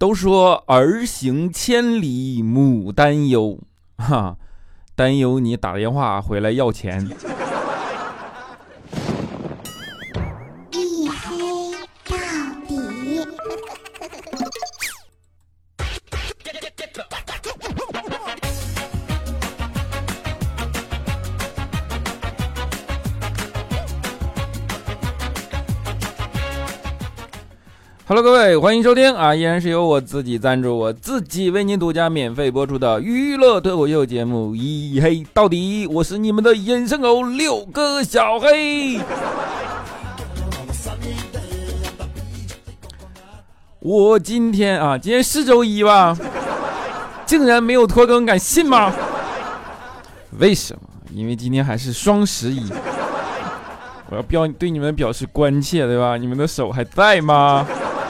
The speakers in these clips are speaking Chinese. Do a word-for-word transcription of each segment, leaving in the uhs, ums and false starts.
都说儿行千里母担忧，哈，担忧你打电话回来要钱。 一黑到底。 Hello， 各位，欢迎收听啊！依然是由我自己赞助，我自己为您独家免费播出的娱乐脱口秀节目《一黑到底》，我是你们的隐身狗六个小黑。我今天啊，今天是周一吧，竟然没有拖更，敢信吗？为什么？因为今天还是双十一，我要表对你们表示关切，对吧？你们的手还在吗？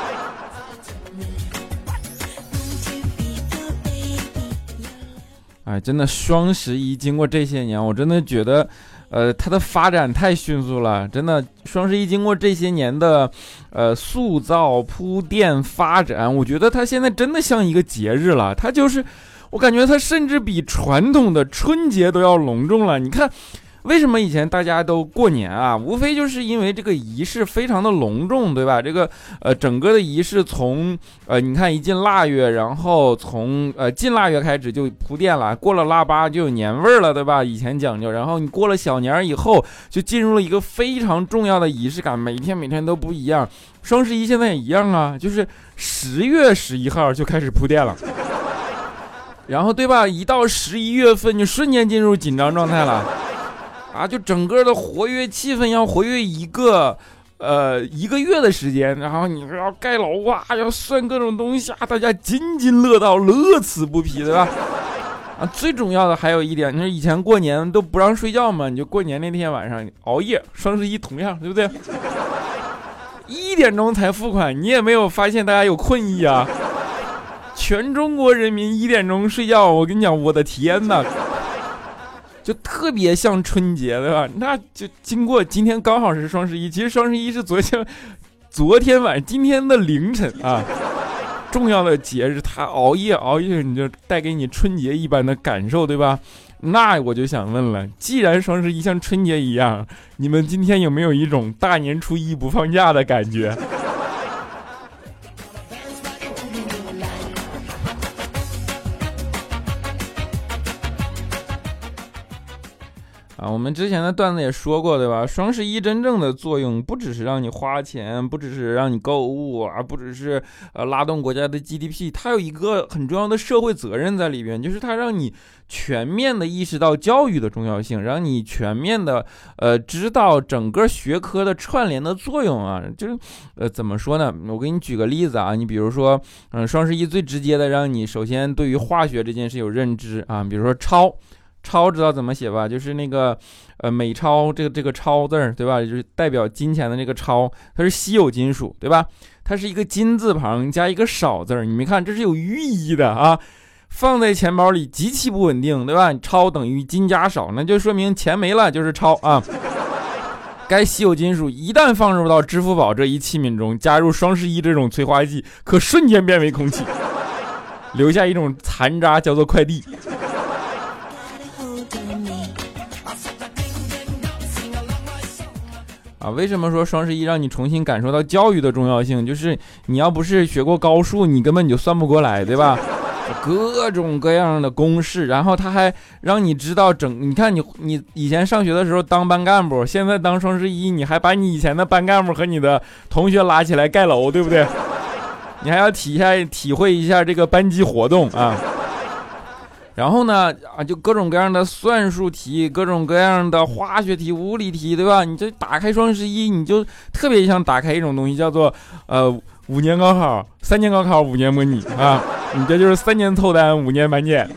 哎，真的双十一经过这些年，我真的觉得，呃，它的发展太迅速了。真的，双十一经过这些年的，呃，塑造、铺垫、发展，我觉得它现在真的像一个节日了。它就是，我感觉它甚至比传统的春节都要隆重了。你看。为什么以前大家都过年啊？无非就是因为这个仪式非常的隆重，对吧？这个呃整个的仪式从呃你看一进腊月，然后从呃进腊月开始就铺垫了，过了腊八就有年味儿了，对吧？以前讲究，然后你过了小年以后，就进入了一个非常重要的仪式感，每天每天都不一样。双十一现在也一样啊，就是十月十一号就开始铺垫了。然后对吧？一到十一月份就瞬间进入紧张状态了。啊，就整个的活跃气氛要活跃一个，呃，一个月的时间，然后你要盖楼啊，要算各种东西啊，大家津津乐道，乐此不疲，对吧？啊，最重要的还有一点，就是以前过年都不让睡觉嘛，你就过年那天晚上熬夜，双十一同样，对不对？一点钟才付款，你也没有发现大家有困意啊？全中国人民一点钟睡觉，我跟你讲，我的天哪！就特别像春节，对吧？那就经过今天刚好是双十一，其实双十一是昨天，昨天晚今天的凌晨啊，重要的节日，它熬夜熬夜，你就带给你春节一般的感受，对吧？那我就想问了，既然双十一像春节一样，你们今天有没有一种大年初一不放假的感觉？啊，我们之前的段子也说过，对吧？双十一真正的作用不只是让你花钱，不只是让你购物啊，不只是呃拉动国家的 G D P， 它有一个很重要的社会责任在里边，就是它让你全面的意识到教育的重要性，让你全面的呃知道整个学科的串联的作用啊。就是呃怎么说呢？我给你举个例子啊，你比如说，嗯、呃，双十一最直接的让你首先对于化学这件事有认知啊，比如说超。超知道怎么写吧？就是那个，呃，美超这个这个超字儿，对吧？就是代表金钱的那个超，它是稀有金属，对吧？它是一个金字旁加一个少字儿，你没看这是有寓意的啊？放在钱包里极其不稳定，对吧？超等于金加少，那就说明钱没了就是超啊。该稀有金属一旦放入到支付宝这一器皿中，加入双十一这种催化剂，可瞬间变为空气，留下一种残渣，叫做快递。啊，为什么说双十一让你重新感受到教育的重要性？就是你要不是学过高数，你根本就算不过来，对吧？各种各样的公式，然后他还让你知道整，你看你你以前上学的时候当班干部，现在当双十一，你还把你以前的班干部和你的同学拉起来盖楼，对不对？你还要体下体会一下这个班级活动啊。然后呢，啊，就各种各样的算术题，各种各样的化学题、物理题，对吧？你这打开双十一，你就特别想打开一种东西，叫做呃五年高考、三年高考、五年模拟啊，你这就是三年凑单，五年满减。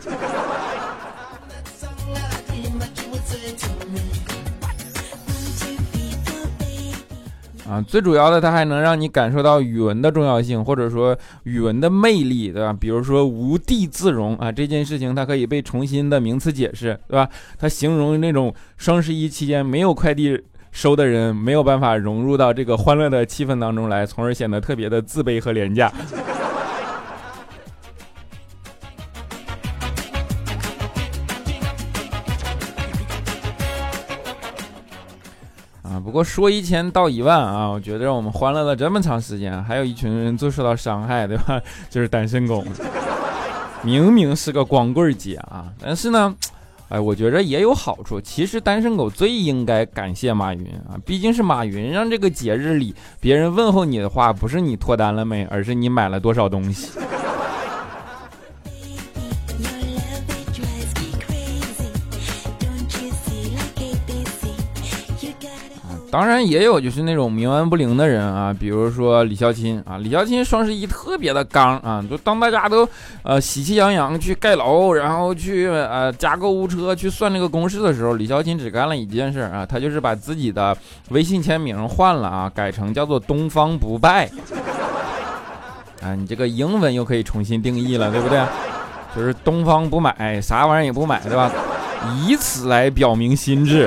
啊，最主要的它还能让你感受到语文的重要性，或者说语文的魅力，对吧？比如说无地自容啊，这件事情它可以被重新的名词解释，对吧？它形容那种双十一期间没有快递收的人没有办法融入到这个欢乐的气氛当中来，从而显得特别的自卑和廉价。 过说一千道一万啊，我觉得我们欢乐了这么长时间，还有一群人就受到伤害，对吧？就是单身狗，明明是个光棍节啊，但是呢，哎，我觉得也有好处。其实单身狗最应该感谢马云啊，毕竟是马云让这个节日里别人问候你的话，不是你脱单了没，而是你买了多少东西。当然也有就是那种冥顽不灵的人啊，比如说李孝钦啊，李孝钦双十一特别的刚啊，就当大家都呃喜气洋洋去盖楼，然后去呃加购物车去算那个公式的时候，李孝钦只干了一件事啊，他就是把自己的微信签名换了啊，改成叫做东方不败啊，你这个英文又可以重新定义了，对不对？就是东方不买，啥玩意儿也不买，对吧？以此来表明心志。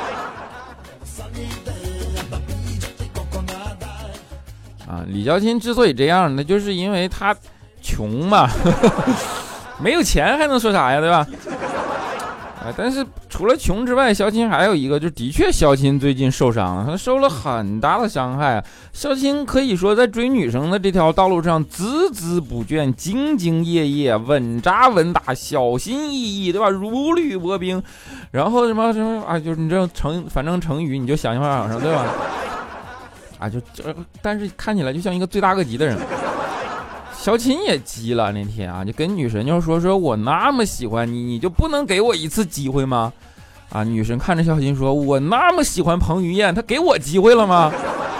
啊，李孝钦之所以这样，那就是因为他穷嘛，没有钱还能说啥呀，对吧？啊，但是除了穷之外，孝钦还有一个，就的确孝钦最近受伤了，他受了很大的伤害啊。孝钦可以说在追女生的这条道路上孜孜不倦、兢兢业业、稳扎稳打、小心翼翼，对吧？如履薄冰。然后什么什么啊，就是你这成，反正成语你就想象网上，对吧？啊，就这，但是看起来就像一个罪大恶极的人。小琴也急了，那天啊，就跟女神就说：“说我那么喜欢你，你就不能给我一次机会吗？”啊，女神看着小琴说：“我那么喜欢彭于晏，他给我机会了吗？”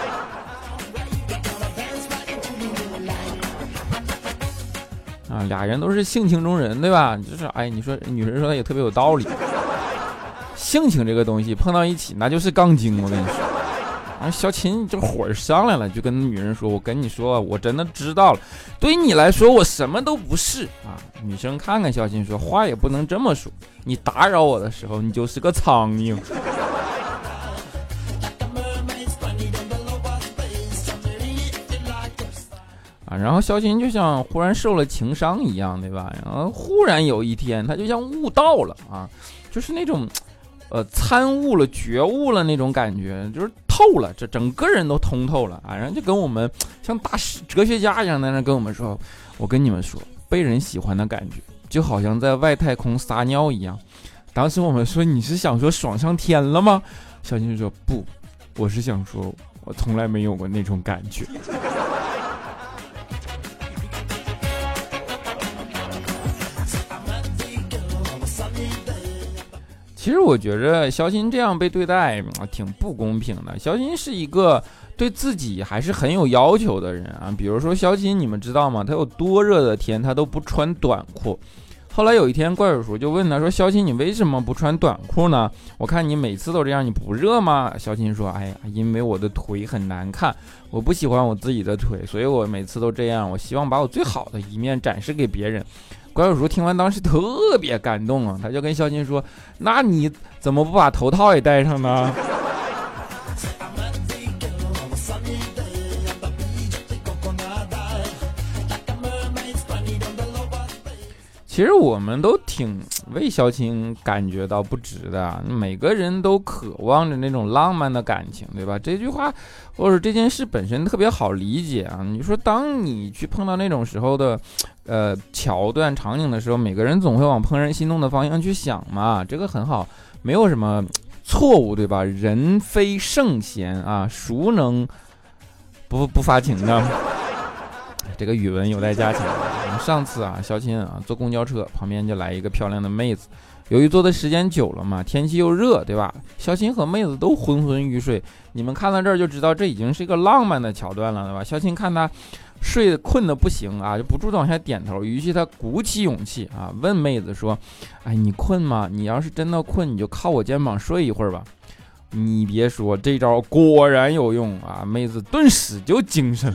啊，俩人都是性情中人，对吧？就是哎，你说女神说的也特别有道理，性情这个东西碰到一起那就是杠精，我跟你说。然后小琴这火上来了，就跟女人说：“我跟你说，我真的知道了，对于你来说，我什么都不是啊。”女生看看小琴说：“话也不能这么说，你打扰我的时候，你就是个苍蝇。”啊，然后小琴就像忽然受了情伤一样，对吧？然后忽然有一天，他就像悟到了啊，就是那种。呃，参悟了、觉悟了那种感觉，就是透了，这整个人都通透了啊！然后就跟我们像大哲学家一样，在那跟我们说：“我跟你们说，被人喜欢的感觉，就好像在外太空撒尿一样。”当时我们说：“你是想说爽上天了吗？”小金说：“不，我是想说，我从来没有过那种感觉。”其实我觉着小琴这样被对待挺不公平的。小琴是一个对自己还是很有要求的人啊。比如说小琴，你们知道吗？他有多热的天，他都不穿短裤。后来有一天，怪叔叔就问他说：“小琴，你为什么不穿短裤呢？我看你每次都这样，你不热吗？”小琴说：“哎呀，因为我的腿很难看，我不喜欢我自己的腿，所以我每次都这样。我希望把我最好的一面展示给别人。”怪叔叔听完当时特别感动啊，他就跟小琴说：“那你怎么不把头套也戴上呢？”其实我们都挺为小琴感觉到不值的，每个人都渴望着那种浪漫的感情，对吧？这句话或者这件事本身特别好理解啊。你说当你去碰到那种时候的呃桥段场景的时候，每个人总会往怦然心动的方向去想嘛，这个很好，没有什么错误，对吧？人非圣贤啊，孰能不不发情呢？这个语文有待加强。上次啊，小琴啊坐公交车，旁边就来一个漂亮的妹子。由于坐的时间久了嘛，天气又热，对吧？小琴和妹子都昏昏欲睡。你们看到这儿就知道，这已经是一个浪漫的桥段了，对吧？小琴看他睡得困得不行啊，就不住的往下点头。于是他鼓起勇气啊，问妹子说：“哎，你困吗？你要是真的困，你就靠我肩膀睡一会儿吧。”你别说，这招果然有用啊！妹子顿时就精神。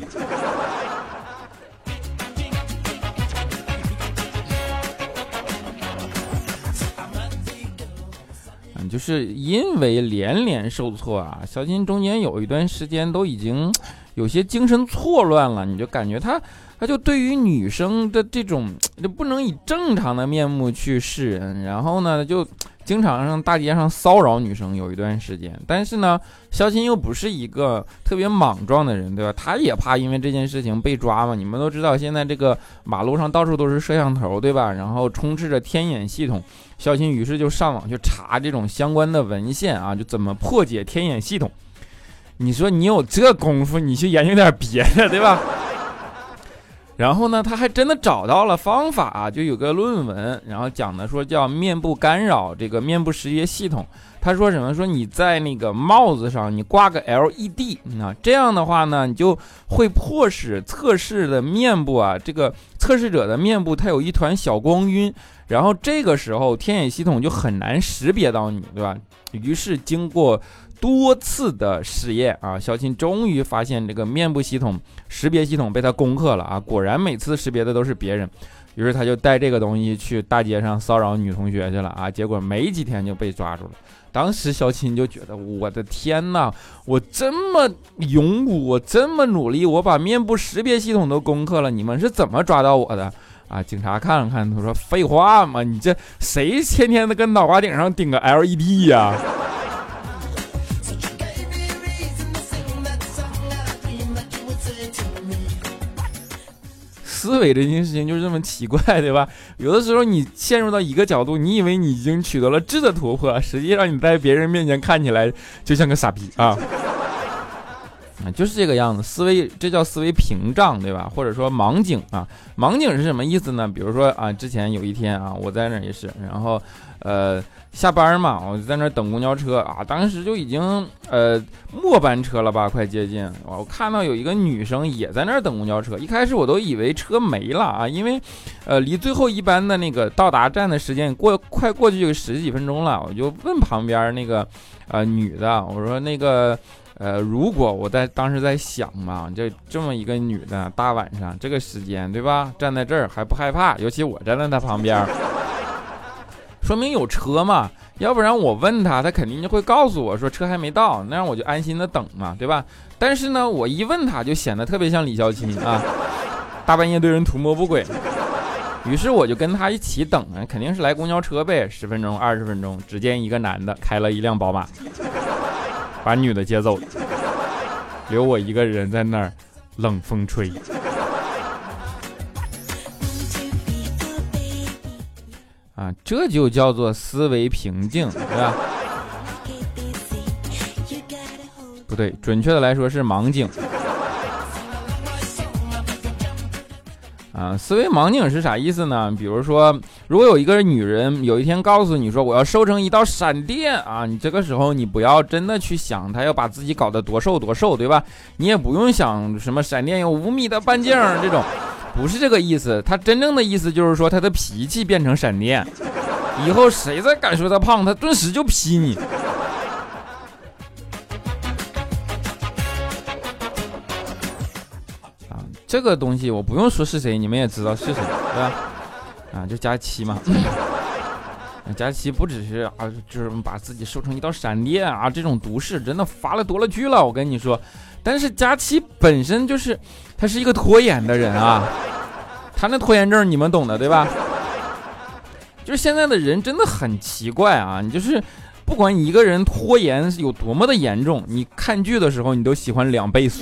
就是因为连连受挫啊，小琴中间有一段时间都已经有些精神错乱了，你就感觉他他就对于女生的这种就不能以正常的面目去示人，然后呢就经常上大街上骚扰女生有一段时间。但是呢，肖钦又不是一个特别莽撞的人，对吧？他也怕因为这件事情被抓嘛。你们都知道，现在这个马路上到处都是摄像头，对吧？然后充斥着天眼系统。肖钦于是就上网去查这种相关的文献啊，就怎么破解天眼系统。你说你有这功夫，你去研究点别的，对吧？然后呢，他还真的找到了方法啊，就有个论文，然后讲的说叫面部干扰这个面部识别系统。他说什么？说你在那个帽子上你挂个 L E D 啊，这样的话呢，你就会迫使测试的面部啊，这个测试者的面部它有一团小光晕，然后这个时候天眼系统就很难识别到你，对吧？于是经过多次的试验啊，肖钦终于发现这个面部系统识别系统被他攻克了啊！果然每次识别的都是别人，于是他就带这个东西去大街上骚扰女同学去了啊！结果没几天就被抓住了。当时肖钦就觉得，我的天哪，我这么勇武，我这么努力，我把面部识别系统都攻克了，你们是怎么抓到我的？啊！警察看了看，他说：“废话嘛，你这谁天天的跟脑瓜顶上顶个 L E D 呀、啊？”思维这件事情就是这么奇怪，对吧？有的时候你陷入到一个角度，你以为你已经取得了质的突破，实际上你在别人面前看起来就像个傻逼啊！啊，就是这个样子，思维这叫思维屏障，对吧？或者说盲井啊，盲井是什么意思呢？比如说啊，之前有一天啊，我在那也是，然后呃下班嘛，我就在那等公交车啊，当时就已经呃末班车了吧，快接近，我看到有一个女生也在那儿等公交车，一开始我都以为车没了啊，因为呃离最后一班的那个到达站的时间过快过去有十几分钟了，我就问旁边那个呃女的，我说那个。呃，如果我在当时在想嘛，这这么一个女的，大晚上这个时间，对吧？站在这儿还不害怕？尤其我站在她旁边，说明有车嘛。要不然我问她，她肯定就会告诉我说车还没到，那样我就安心的等嘛，对吧？但是呢，我一问她，就显得特别像李孝钦啊，大半夜对人图谋不轨。于是我就跟她一起等啊，肯定是来公交车呗，十分钟、二十分钟，只见一个男的开了一辆宝马。把女的接走，留我一个人在那儿冷风吹。啊，这就叫做思维平静，对吧？不对，准确的来说是盲井。啊，思维盲井是啥意思呢？比如说，如果有一个女人有一天告诉你说我要瘦成一道闪电啊，你这个时候你不要真的去想她要把自己搞得多瘦多瘦，对吧？你也不用想什么闪电有五米的半径这种，不是这个意思。她真正的意思就是说她的脾气变成闪电，以后谁再敢说她胖，她顿时就劈你。这个东西我不用说是谁，你们也知道是谁，对吧？啊，就佳期嘛。佳期不只是啊，就是把自己瘦成一道闪电啊，这种毒誓真的发了多了去了，我跟你说。但是佳期本身就是他是一个拖延的人啊，他那拖延症你们懂的，对吧？就是现在的人真的很奇怪啊，你就是不管一个人拖延有多么的严重，你看剧的时候你都喜欢两倍速。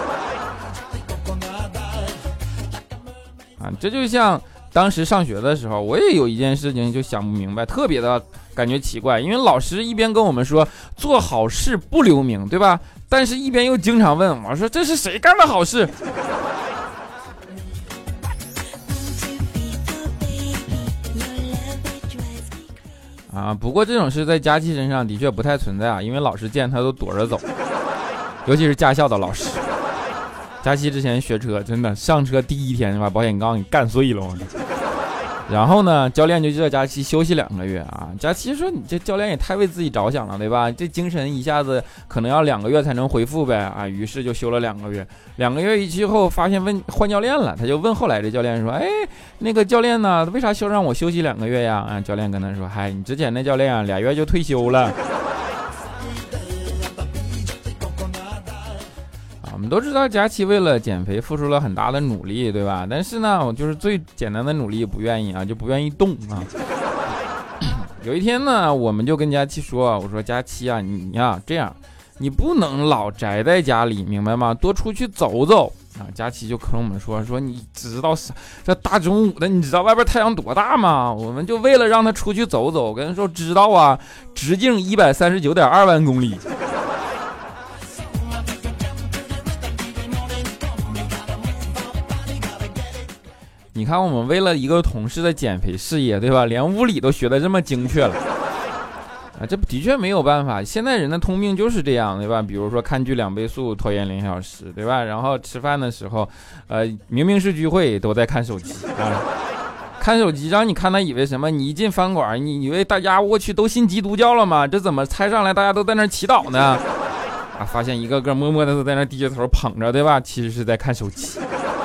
啊，这就像当时上学的时候，我也有一件事情就想不明白，特别的感觉奇怪，因为老师一边跟我们说做好事不留名，对吧？但是一边又经常问我说这是谁干的好事？啊，不过这种事在佳期身上的确不太存在啊，因为老师见他都躲着走，尤其是驾校的老师。佳期之前学车，真的上车第一天把保险杠给干碎了，然后呢，教练就叫佳期休息两个月啊。佳期说：“你这教练也太为自己着想了，对吧？这精神一下子可能要两个月才能恢复呗啊。”于是就休了两个月。两个月一去后，发现问换教练了，他就问后来这教练说：“哎，那个教练呢？为啥休让我休息两个月呀？”啊，教练跟他说：“嗨，你之前那教练啊，俩月就退休了。”我们都知道佳期为了减肥付出了很大的努力，对吧？但是呢，我就是最简单的努力不愿意啊，就不愿意动啊。 有一天呢，我们就跟佳期说，我说佳期啊，你呀、啊、这样，你不能老宅在家里，明白吗？多出去走走啊。佳期就跟我们说说，你知道这大中午的，你知道外边太阳多大吗？我们就为了让他出去走走，跟他说知道啊，直径一百三十九点二万公里。你看，我们为了一个同事的减肥事业，对吧？连物理都学得这么精确了啊！这的确没有办法，现在人的通病就是这样，对吧？比如说看剧两倍速，拖延两小时，对吧？然后吃饭的时候，呃，明明是聚会，都在看手机啊！看手机让你看他以为什么？你一进饭馆，你以为大家我去都信基督教了吗？这怎么菜上来大家都在那祈祷呢？啊！发现一个个默默的都在那低着头捧着，对吧？其实是在看手机。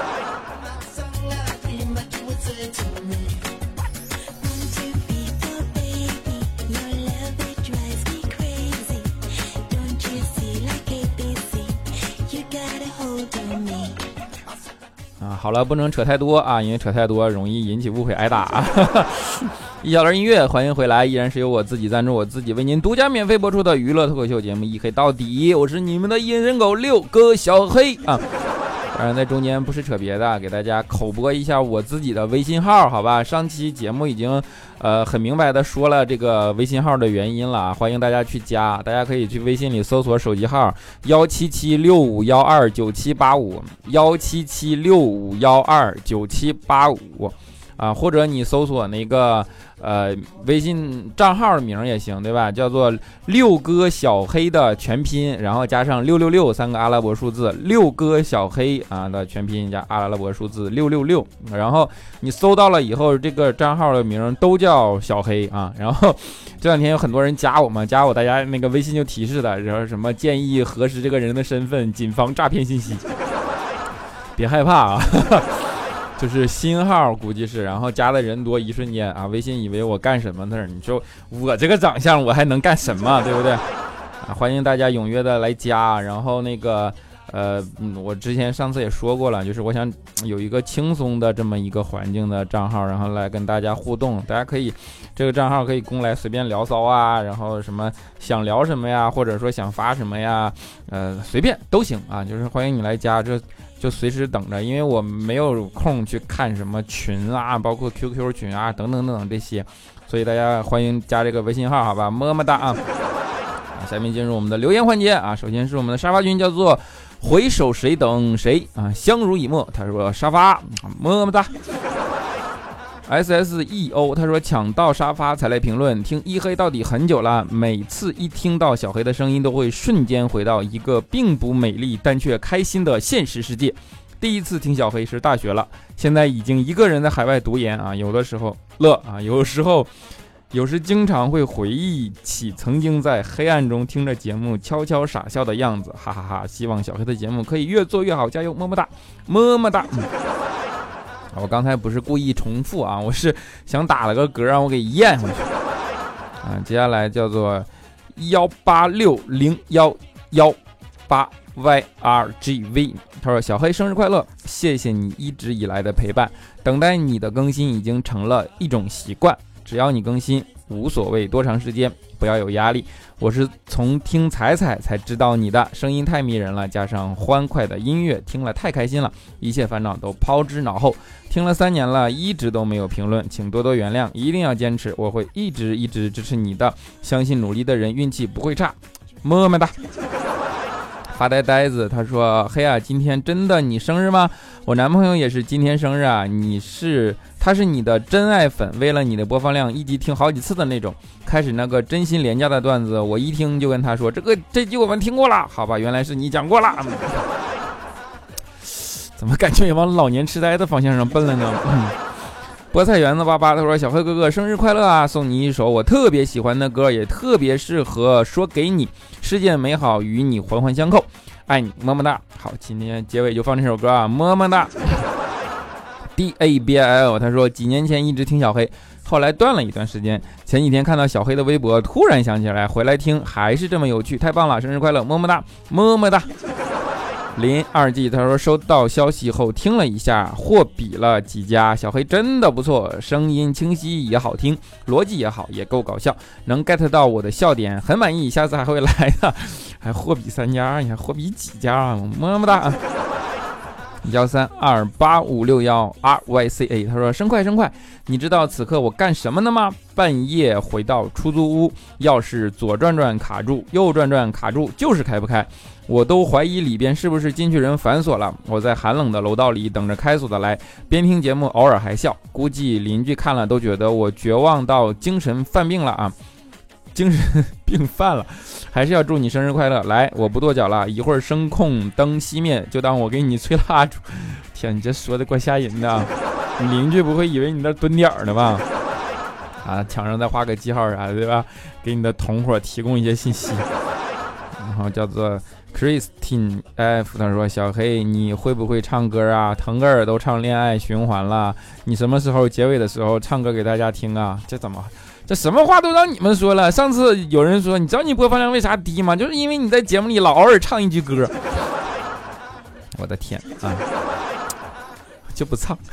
啊，好了，不能扯太多啊，因为扯太多容易引起误会挨打啊。一小段音乐，欢迎回来，依然是由我自己赞助，我自己为您独家免费播出的娱乐脱口秀节目《一黑到底》，我是你们的隐身狗六哥小黑啊。当然在中间不是扯别的，给大家口播一下我自己的微信号，好吧？上期节目已经呃很明白的说了这个微信号的原因了，欢迎大家去加，大家可以去微信里搜索手机号幺七七六五幺二九七八五幺七七六五幺二九七八五啊，或者你搜索那个呃微信账号的名也行，对吧？叫做六哥小黑的全拼，然后加上六六六三个阿拉伯数字，六哥小黑啊的全拼加阿拉伯数字六六六，然后你搜到了以后，这个账号的名都叫小黑啊。然后这两天有很多人加我嘛，加我大家那个微信就提示的，然后什么建议核实这个人的身份，谨防诈骗信息。别害怕啊。就是新号估计是，然后加的人多，一瞬间啊，微信以为我干什么呢？你说我这个长相我还能干什么，对不对？啊，欢迎大家踊跃的来加。然后那个呃，嗯，我之前上次也说过了，就是我想有一个轻松的这么一个环境的账号，然后来跟大家互动。大家可以这个账号可以供来随便聊骚啊，然后什么想聊什么呀，或者说想发什么呀，呃，随便都行啊，就是欢迎你来加这。就随时等着，因为我没有空去看什么群啊，包括 Q Q 群啊等等等等这些，所以大家欢迎加这个微信号，好吧，么么哒啊！下面进入我们的留言环节啊，首先是我们的沙发君，叫做回首谁等谁啊，相濡以沫，他说沙发么么哒。S S E O 他说抢到沙发才来评论，听一黑到底很久了，每次一听到小黑的声音都会瞬间回到一个并不美丽但却开心的现实世界。第一次听小黑是大学了，现在已经一个人在海外读研啊，有的时候乐啊，有时候有时经常会回忆起曾经在黑暗中听着节目悄悄傻笑的样子，哈哈哈哈！希望小黑的节目可以越做越好，加油，么么哒，么么哒。嗯我刚才不是故意重复啊，我是想打了个嗝让我给咽回去啊。接下来叫做幺八六零幺幺八 Y R G V， 他说小黑生日快乐，谢谢你一直以来的陪伴，等待你的更新已经成了一种习惯，只要你更新无所谓多长时间，不要有压力。我是从听彩彩才知道你的声音太迷人了，加上欢快的音乐，听了太开心了，一切烦恼都抛之脑后。听了三年了，一直都没有评论，请多多原谅，一定要坚持，我会一直一直支持你的，相信努力的人运气不会差，么么哒。发呆呆子他说黑啊，今天真的你生日吗？我男朋友也是今天生日啊，你是他是你的真爱粉，为了你的播放量一集听好几次的那种。开始那个真心廉价的段子，我一听就跟他说这个这集我们听过了，好吧，原来是你讲过了。怎么感觉也往老年痴呆的方向上奔了呢？嗯菠菜园子爸爸他说小黑哥哥生日快乐啊，送你一首我特别喜欢的歌，也特别适合说给你，世界美好与你环环相扣，爱你么么哒。好，今天结尾就放这首歌啊，么么哒。D A B I L 他说几年前一直听小黑，后来断了一段时间，前几天看到小黑的微博，突然想起来回来听，还是这么有趣，太棒了，生日快乐么么哒么么哒。 林二季他说收到消息后听了一下，货比了几家，小黑真的不错，声音清晰也好听，逻辑也好，也够搞笑，能 get 到我的笑点，很满意，下次还会来的。还货比三家，你还货比几家啊？么么哒。幺三二八五六幺 R Y C A 他说生快生快，你知道此刻我干什么呢吗？半夜回到出租屋，钥匙左转转卡住，右转转卡住，就是开不开，我都怀疑里边是不是进去人反锁了。我在寒冷的楼道里等着开锁的来，边听节目偶尔还笑，估计邻居看了都觉得我绝望到精神犯病了啊，精神病犯了。还是要祝你生日快乐，来，我不跺脚了，一会儿声控灯熄灭，就当我给你吹蜡烛。天，你这说的怪吓人的，你邻居不会以为你那蹲点儿呢吧？啊，墙上再画个记号啥的，对吧？给你的同伙提供一些信息。然后叫做 Christine F， 他说小黑你会不会唱歌啊？腾格尔都唱恋爱循环了，你什么时候结尾的时候唱歌给大家听啊？这怎么？这什么话都让你们说了。上次有人说，你知道你播放量为啥低吗？就是因为你在节目里老偶尔唱一句歌。我的天啊，就不唱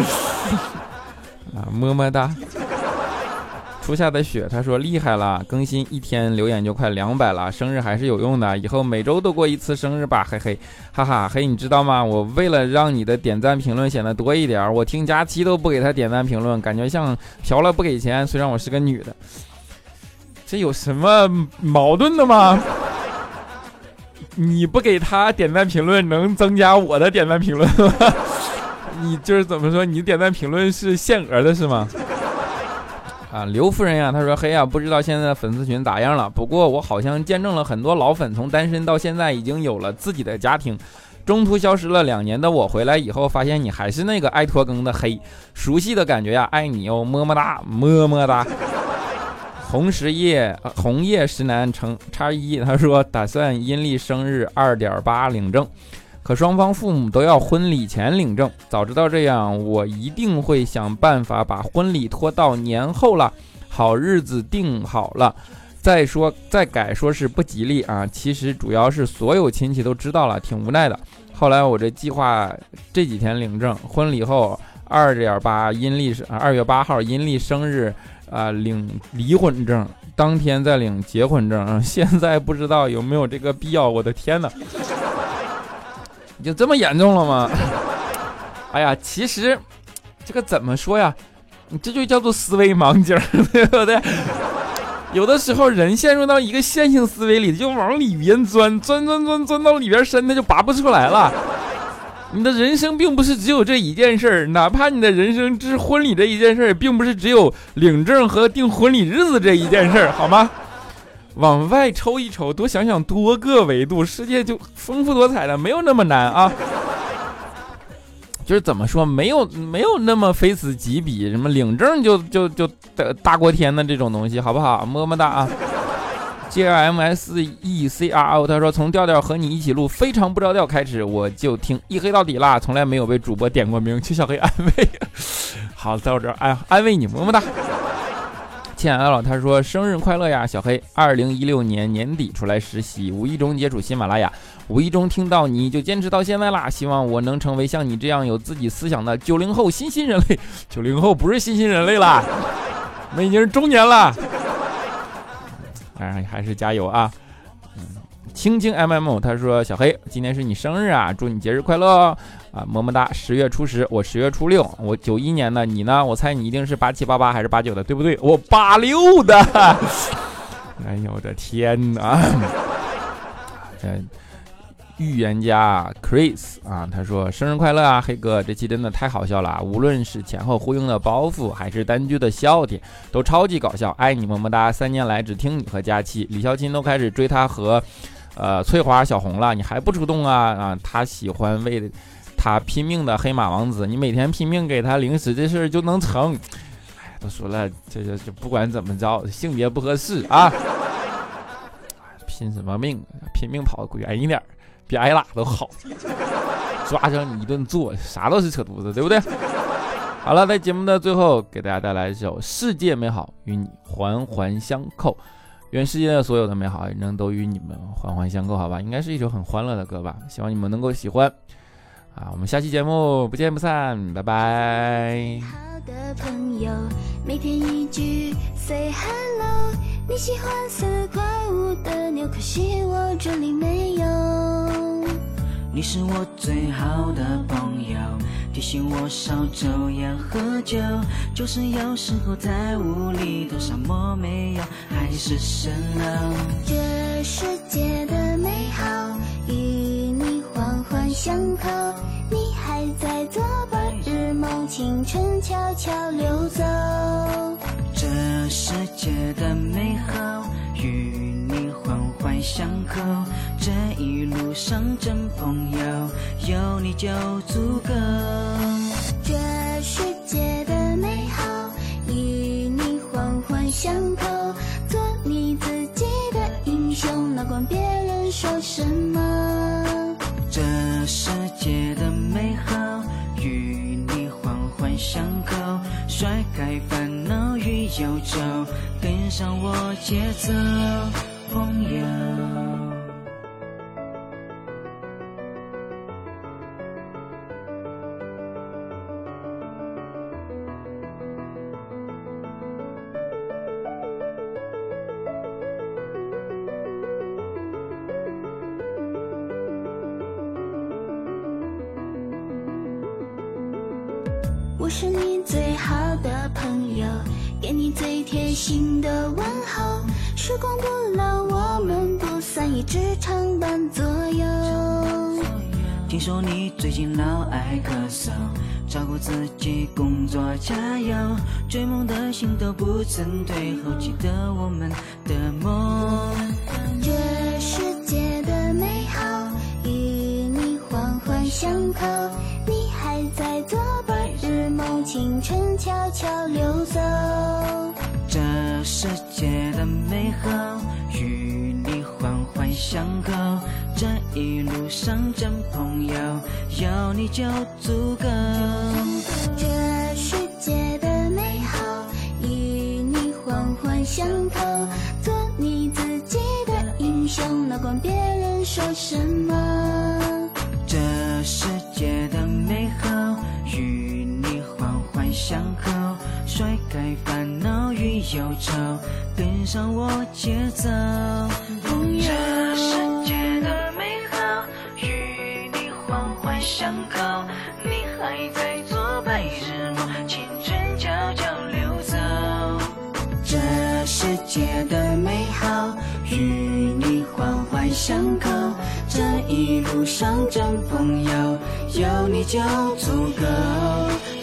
啊，么么哒。初夏的雪他说厉害了，更新一天留言就快两百了，生日还是有用的，以后每周都过一次生日吧，嘿嘿哈哈嘿，你知道吗？我为了让你的点赞评论显得多一点，我听佳期都不给他点赞评论，感觉像嫖了不给钱，虽然我是个女的，这有什么矛盾的吗？你不给他点赞评论能增加我的点赞评论吗？你就是怎么说，你点赞评论是限额的是吗？啊，刘夫人呀，她说黑呀，不知道现在的粉丝群咋样了，不过我好像见证了很多老粉从单身到现在已经有了自己的家庭。中途消失了两年的我回来以后，发现你还是那个爱拖更的黑，熟悉的感觉呀，爱你哟，么么哒，么么哒。红石叶、呃、红叶石南乘叉一，他说打算阴历生日 二点八 领证，可双方父母都要婚礼前领证，早知道这样，我一定会想办法把婚礼拖到年后了，好日子定好了再说，再改说是不吉利啊。其实主要是所有亲戚都知道了，挺无奈的。后来我这计划这几天领证，婚礼后 二点八 阴历是二月八号阴历生日啊、呃，领离婚证，当天再领结婚证、啊、现在不知道有没有这个必要，我的天哪，就这么严重了吗？哎呀，其实这个怎么说呀，这就叫做思维盲点，对不对？有的时候人陷入到一个线性思维里，就往里边钻钻钻钻钻到里边深，他就拔不出来了。你的人生并不是只有这一件事儿，哪怕你的人生只婚礼这一件事儿，并不是只有领证和定婚礼日子这一件事儿，好吗？往外抽一抽，多想想多个维度，世界就丰富多彩了，没有那么难啊。就是怎么说，没有没有那么非此即彼，什么领证就就就大过天的这种东西，好不好？么么哒啊。J M S E C R O 他说从调调和你一起录非常不着调开始，我就听一黑到底啦，从来没有被主播点过名，求小黑安慰。好，在我这儿安安慰你，么么哒。亲爱的老他说生日快乐呀，小黑。二零一六年年底出来实习，无意中接触喜马拉雅，无意中听到你就坚持到现在啦。希望我能成为像你这样有自己思想的九零后新兴人类。九零后不是新兴人类啦，我们已经是中年了。哎，还是加油啊！嗯，青青 M M 他说小黑，今天是你生日啊，祝你节日快乐哦！啊，么么哒！十月初十，我十月初六，我九一年的，你呢？我猜你一定是八七八八还是八九的，对不对？我八六的。哎呦我的天哪！嗯。预言家 Chris 啊，他说生日快乐啊，黑哥，这期真的太好笑了，无论是前后呼应的包袱，还是单句的笑点，都超级搞笑，爱你么么哒！三年来只听你和佳期，李孝钦都开始追他和呃翠花小红了，你还不出动啊？啊，他喜欢为他拼命的黑马王子，你每天拼命给他零食，这事儿就能成？哎，都说了，这这这不管怎么着，性别不合适啊，拼什么命？拼命跑远一点。比挨打都好，抓着你一顿做，啥都是扯犊子，对不对？好了，在节目的最后，给大家带来一首《世界美好与你环环相扣》。 愿世界的所有的美好能都与你们环环相扣，好吧？应该是一首很欢乐的歌吧，希望你们能够喜欢啊！我们下期节目不见不散，拜拜。 好的朋友，每天一句 say hello， 你喜欢似怪物的妞，可惜我这里没有。 你是我最好的朋友，提醒我少抽烟喝酒，就是有时候太无力，头上抹没有还是蜃楼。 这世界的美好与你环环相扣，你还在做白日梦，青春悄悄流走。 这世界的美好与你环环相扣，这一路上真朋友有你就足够。 这世界的美好与你环环相扣，做你自己的英雄，哪管别人说什么。 这世界的美好与你环环相扣，甩开烦恼与忧愁，跟上我节奏，朋友。 我是你最好的朋友，给你最贴心的问候，时光不老，我们不散，一直常伴左右。 听说你最近老爱咳嗽，照顾自己，工作加油，追梦的心都不曾退后，记得我们的梦。 这世界的美好与你环环相扣，你还在做白日梦，青春悄悄流走。 这世界的美好与你环环相扣，这一路上真朋友有你就足够。 这世界的美好与你环环相扣，做你自己的英雄，哪管别人说什么。 这世界的美好与你环环相扣，甩开烦恼与忧愁，跟上我节奏，朋友。这世界的美好与你环环相扣，你还在做白日梦，青春悄悄流走。这世界的美好与你环环相扣，这一路上真朋友有你就足够。